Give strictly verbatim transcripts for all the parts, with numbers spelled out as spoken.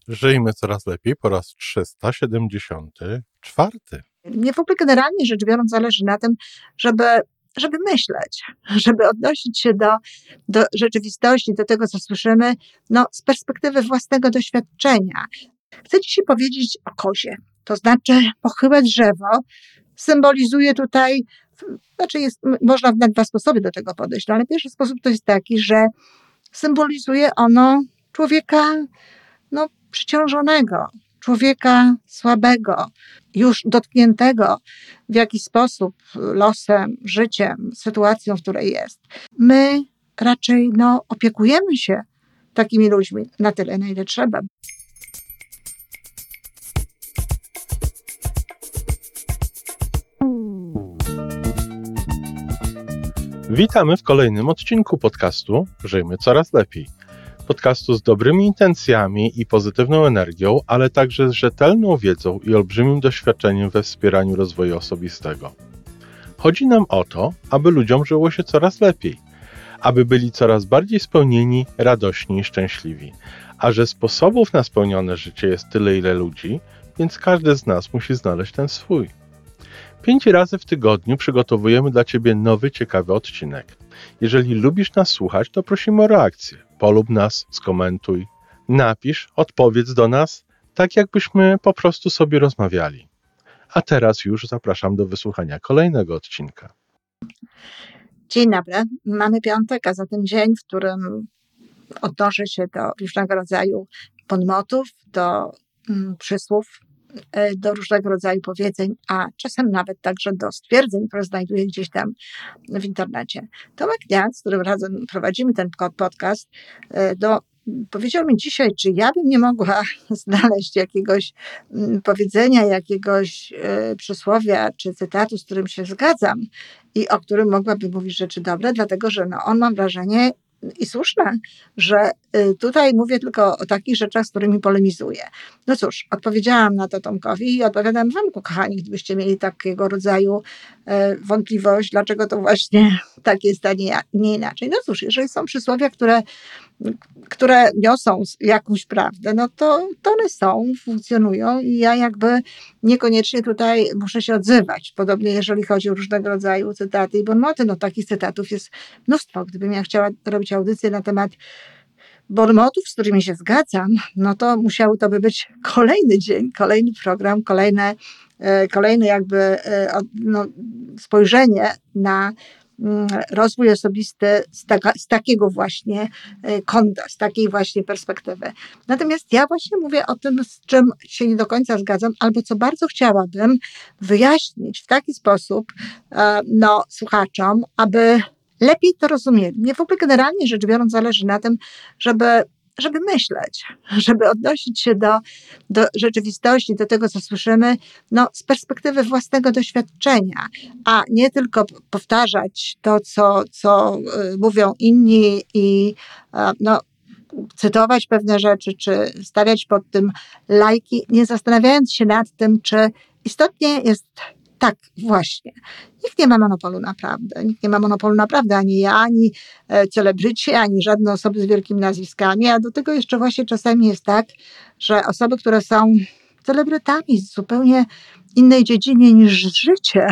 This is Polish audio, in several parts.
Żyjmy coraz lepiej po raz trzysta siedemdziesiąty czwarty. Mnie w ogóle generalnie rzecz biorąc zależy na tym, żeby, żeby myśleć, żeby odnosić się do, do rzeczywistości, do tego, co słyszymy, no, z perspektywy własnego doświadczenia. Chcę dzisiaj powiedzieć o kozie, to znaczy pochyłe drzewo symbolizuje tutaj, znaczy jest, można na dwa sposoby do tego podejść, no ale pierwszy sposób to jest taki, że symbolizuje ono człowieka no, przyciążonego, człowieka słabego, już dotkniętego w jakiś sposób losem, życiem, sytuacją, w której jest. My raczej no, opiekujemy się takimi ludźmi na tyle, na ile trzeba. Witamy w kolejnym odcinku podcastu Żyjmy Coraz Lepiej. Podcastu z dobrymi intencjami i pozytywną energią, ale także z rzetelną wiedzą i olbrzymim doświadczeniem we wspieraniu rozwoju osobistego. Chodzi nam o to, aby ludziom żyło się coraz lepiej, aby byli coraz bardziej spełnieni, radośni i szczęśliwi. A że sposobów na spełnione życie jest tyle, ile ludzi, więc każdy z nas musi znaleźć ten swój. Pięć razy w tygodniu przygotowujemy dla Ciebie nowy, ciekawy odcinek. Jeżeli lubisz nas słuchać, to prosimy o reakcję. Polub nas, skomentuj, napisz, odpowiedz do nas, tak jakbyśmy po prostu sobie rozmawiali. A teraz już zapraszam do wysłuchania kolejnego odcinka. Dzień dobry, mamy piątek, a zatem dzień, w którym odnoszę się do różnego rodzaju podmotów, do mm, przysłów, do różnego rodzaju powiedzeń, a czasem nawet także do stwierdzeń, które znajduję gdzieś tam w internecie. Tomek Kniat, z którym razem prowadzimy ten podcast, do, powiedział mi dzisiaj, czy ja bym nie mogła znaleźć jakiegoś powiedzenia, jakiegoś przysłowia czy cytatu, z którym się zgadzam i o którym mogłabym mówić rzeczy dobre, dlatego że no, on, mam wrażenie, i słuszne, że tutaj mówię tylko o takich rzeczach, z którymi polemizuję. No cóż, odpowiedziałam na to Tomkowi i odpowiadam wam, kochani, gdybyście mieli takiego rodzaju wątpliwość, dlaczego to właśnie tak jest, a nie, nie inaczej. No cóż, jeżeli są przysłowia, które, które niosą jakąś prawdę, no to, to one są, funkcjonują i ja jakby niekoniecznie tutaj muszę się odzywać. Podobnie jeżeli chodzi o różnego rodzaju cytaty i bonmoty, no takich cytatów jest mnóstwo. Gdybym ja chciała robić audycję na temat bonmotów, z którymi się zgadzam, no to musiały to by być kolejny dzień, kolejny program, kolejne, kolejne jakby no, spojrzenie na rozwój osobisty z, taka, z takiego właśnie kąta, z takiej właśnie perspektywy. Natomiast ja właśnie mówię o tym, z czym się nie do końca zgadzam, albo co bardzo chciałabym wyjaśnić w taki sposób no, słuchaczom, aby lepiej to rozumieli. Mnie w ogóle generalnie rzecz biorąc zależy na tym, żeby żeby myśleć, żeby odnosić się do, do rzeczywistości, do tego, co słyszymy, no, z perspektywy własnego doświadczenia, a nie tylko powtarzać to, co, co mówią inni i no, cytować pewne rzeczy, czy stawiać pod tym lajki, nie zastanawiając się nad tym, czy istotnie jest tak, właśnie. Nikt nie ma monopolu na prawdę. Nikt nie ma monopolu na prawdę, ani ja, ani celebryci, ani żadne osoby z wielkimi nazwiskami, a do tego jeszcze właśnie czasami jest tak, że osoby, które są celebrytami z zupełnie innej dziedzinie niż życie,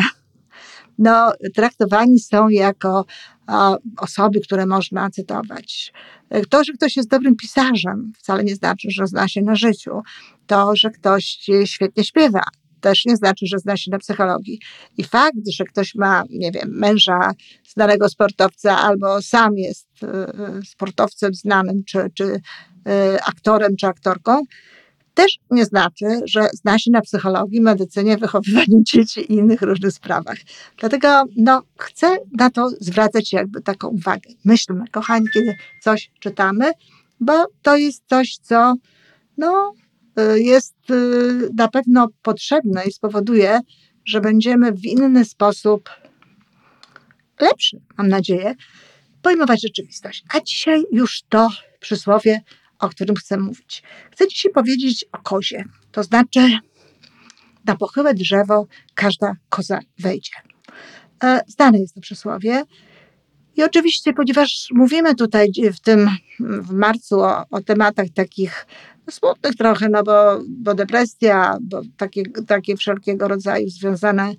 no, traktowani są jako o, osoby, które można cytować. To, że ktoś jest dobrym pisarzem, wcale nie znaczy, że zna się na życiu. To, że ktoś świetnie śpiewa, też nie znaczy, że zna się na psychologii. I fakt, że ktoś ma, nie wiem, męża znanego sportowca albo sam jest sportowcem znanym, czy, czy aktorem, czy aktorką, też nie znaczy, że zna się na psychologii, medycynie, wychowywaniu dzieci i innych różnych sprawach. Dlatego no, chcę na to zwracać jakby taką uwagę. Myślmy, kochani, kiedy coś czytamy, bo to jest coś, co no, jest na pewno potrzebne i spowoduje, że będziemy w inny sposób lepszy, mam nadzieję, pojmować rzeczywistość. A dzisiaj już to przysłowie, o którym chcę mówić. Chcę dzisiaj powiedzieć o kozie. To znaczy, na pochyłe drzewo każda koza wejdzie. Znane jest to przysłowie I oczywiście, ponieważ mówimy tutaj w tym w marcu o, o tematach takich smutnych trochę, no bo, bo depresja, bo takie, takie wszelkiego rodzaju związane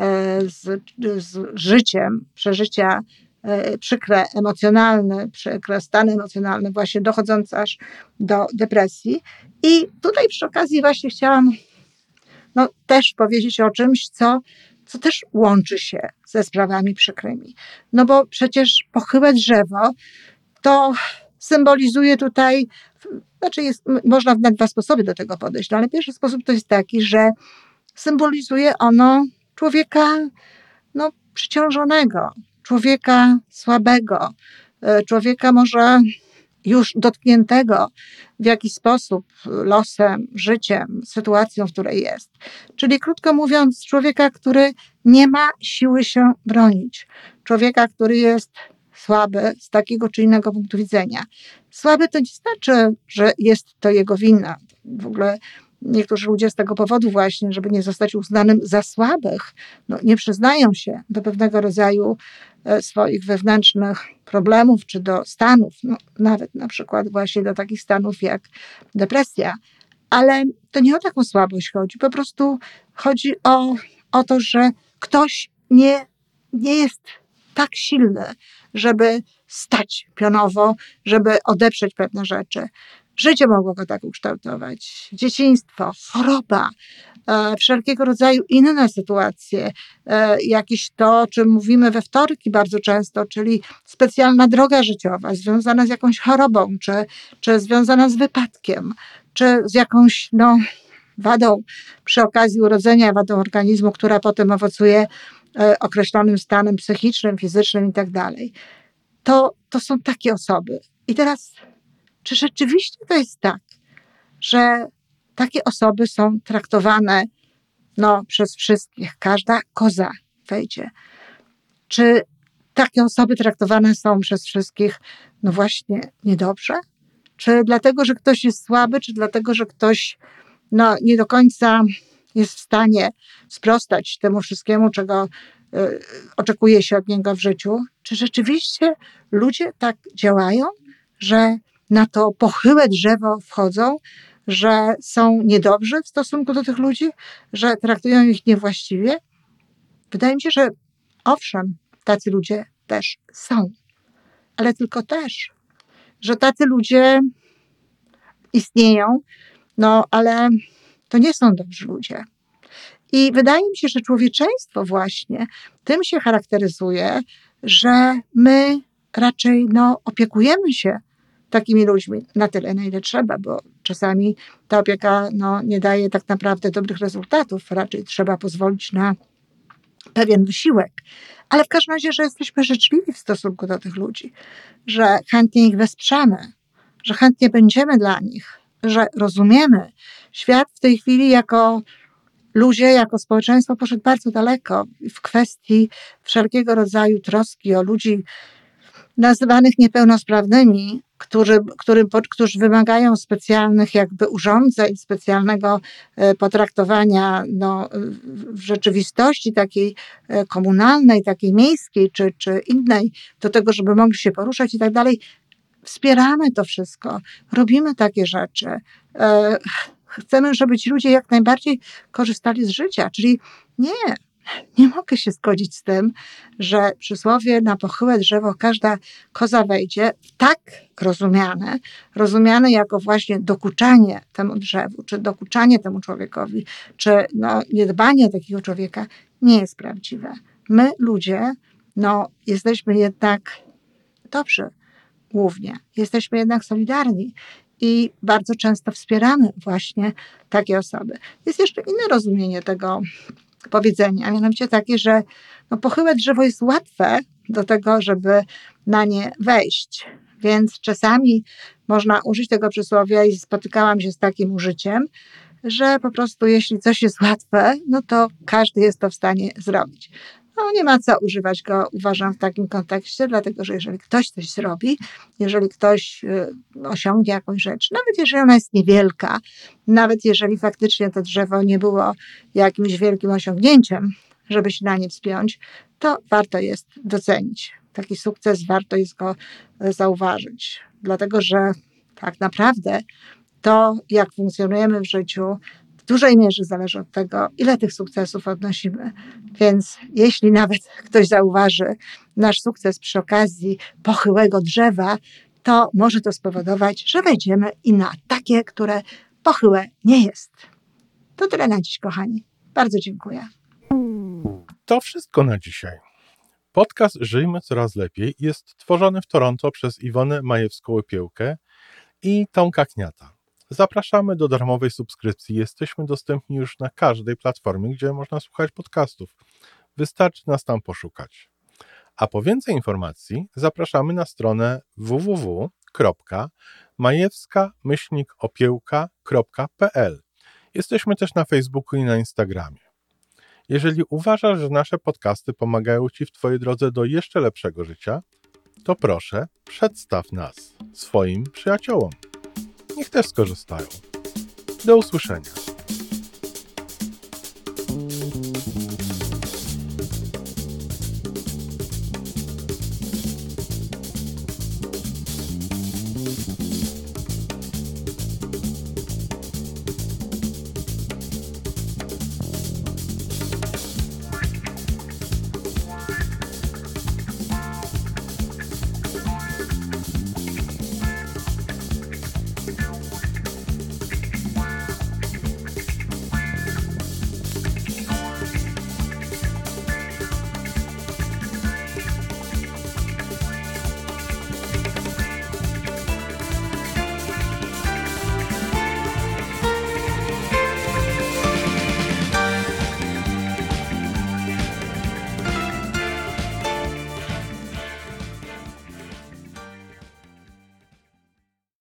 z, z życiem, przeżycia przykre, emocjonalne, przykre stany emocjonalne, właśnie dochodzące aż do depresji. I tutaj przy okazji właśnie chciałam no, też powiedzieć o czymś, co, co też łączy się ze sprawami przykrymi. No bo przecież pochyłe drzewo to symbolizuje tutaj, znaczy jest, można na dwa sposoby do tego podejść, no ale pierwszy sposób to jest taki, że symbolizuje ono człowieka no, przyciążonego, człowieka słabego, człowieka może już dotkniętego w jakiś sposób losem, życiem, sytuacją, w której jest. Czyli krótko mówiąc, człowieka, który nie ma siły się bronić. Człowieka, który jest słaby z takiego czy innego punktu widzenia. Słaby to nie znaczy, że jest to jego wina. W ogóle niektórzy ludzie z tego powodu właśnie, żeby nie zostać uznanym za słabych, no, nie przyznają się do pewnego rodzaju swoich wewnętrznych problemów czy do stanów, no, nawet na przykład właśnie do takich stanów jak depresja. Ale to nie o taką słabość chodzi, po prostu chodzi o, o to, że ktoś nie, nie jest tak silny, żeby stać pionowo, żeby odeprzeć pewne rzeczy. Życie mogło go tak ukształtować, dzieciństwo, choroba, e, wszelkiego rodzaju inne sytuacje, e, jakieś to, o czym mówimy we wtorki bardzo często, czyli specjalna droga życiowa związana z jakąś chorobą, czy, czy związana z wypadkiem, czy z jakąś no, wadą przy okazji urodzenia, wadą organizmu, która potem owocuje e, określonym stanem psychicznym, fizycznym i tak dalej. To, to są takie osoby. I teraz czy rzeczywiście to jest tak, że takie osoby są traktowane no, przez wszystkich, każda koza wejdzie? Czy takie osoby traktowane są przez wszystkich no właśnie niedobrze? Czy dlatego, że ktoś jest słaby, czy dlatego, że ktoś no, nie do końca jest w stanie sprostać temu wszystkiemu, czego y, oczekuje się od niego w życiu? Czy rzeczywiście ludzie tak działają, że na to pochyłe drzewo wchodzą, że są niedobrzy w stosunku do tych ludzi, że traktują ich niewłaściwie? Wydaje mi się, że owszem, tacy ludzie też są, ale tylko też, że tacy ludzie istnieją, no ale to nie są dobrzy ludzie. I wydaje mi się, że człowieczeństwo właśnie tym się charakteryzuje, że my raczej no, opiekujemy się takimi ludźmi na tyle, na ile trzeba, bo czasami ta opieka no, nie daje tak naprawdę dobrych rezultatów. Raczej trzeba pozwolić na pewien wysiłek. Ale w każdym razie, że jesteśmy życzliwi w stosunku do tych ludzi, że chętnie ich wesprzemy, że chętnie będziemy dla nich, że rozumiemy. Świat w tej chwili jako ludzie, jako społeczeństwo poszedł bardzo daleko w kwestii wszelkiego rodzaju troski o ludzi nazywanych niepełnosprawnymi, którzy, którym, którzy wymagają specjalnych jakby urządzeń, specjalnego potraktowania no, w rzeczywistości takiej komunalnej, takiej miejskiej czy, czy innej, do tego, żeby mogli się poruszać i tak dalej. Wspieramy to wszystko, robimy takie rzeczy. Chcemy, żeby ci ludzie jak najbardziej korzystali z życia, czyli nie, nie mogę się zgodzić z tym, że przysłowie na pochyłe drzewo każda koza wejdzie, tak rozumiane, rozumiane jako właśnie dokuczanie temu drzewu, czy dokuczanie temu człowiekowi, czy no, niedbanie takiego człowieka nie jest prawdziwe. My ludzie, no, jesteśmy jednak dobrzy głównie, jesteśmy jednak solidarni i bardzo często wspieramy właśnie takie osoby. Jest jeszcze inne rozumienie tego powiedzenia, a mianowicie takie, że no, pochyłe drzewo jest łatwe do tego, żeby na nie wejść. Więc czasami można użyć tego przysłowia i spotykałam się z takim użyciem, że po prostu jeśli coś jest łatwe, no to każdy jest to w stanie zrobić. No nie ma co używać go, uważam, w takim kontekście, dlatego że jeżeli ktoś coś zrobi, jeżeli ktoś osiągnie jakąś rzecz, nawet jeżeli ona jest niewielka, nawet jeżeli faktycznie to drzewo nie było jakimś wielkim osiągnięciem, żeby się na nie wspiąć, to warto jest docenić. taki sukces, warto jest go zauważyć. Dlatego, że tak naprawdę to, jak funkcjonujemy w życiu, w dużej mierze zależy od tego, ile tych sukcesów odnosimy. Więc jeśli nawet ktoś zauważy nasz sukces przy okazji pochyłego drzewa, to może to spowodować, że wejdziemy i na takie, które pochyłe nie jest. To tyle na dziś, kochani. Bardzo dziękuję. To wszystko na dzisiaj. Podcast Żyjmy Coraz Lepiej jest tworzony w Toronto przez Iwonę Majewską-Opiełkę i Tomka Kniata. Zapraszamy do darmowej subskrypcji. Jesteśmy dostępni już na każdej platformie, gdzie można słuchać podcastów. Wystarczy nas tam poszukać. A po więcej informacji zapraszamy na stronę w w w kropka majewska myślnik opiełka kropka p l. Jesteśmy też na Facebooku i na Instagramie. Jeżeli uważasz, że nasze podcasty pomagają Ci w Twojej drodze do jeszcze lepszego życia, to proszę, przedstaw nas swoim przyjaciołom. Niech też skorzystają. Do usłyszenia.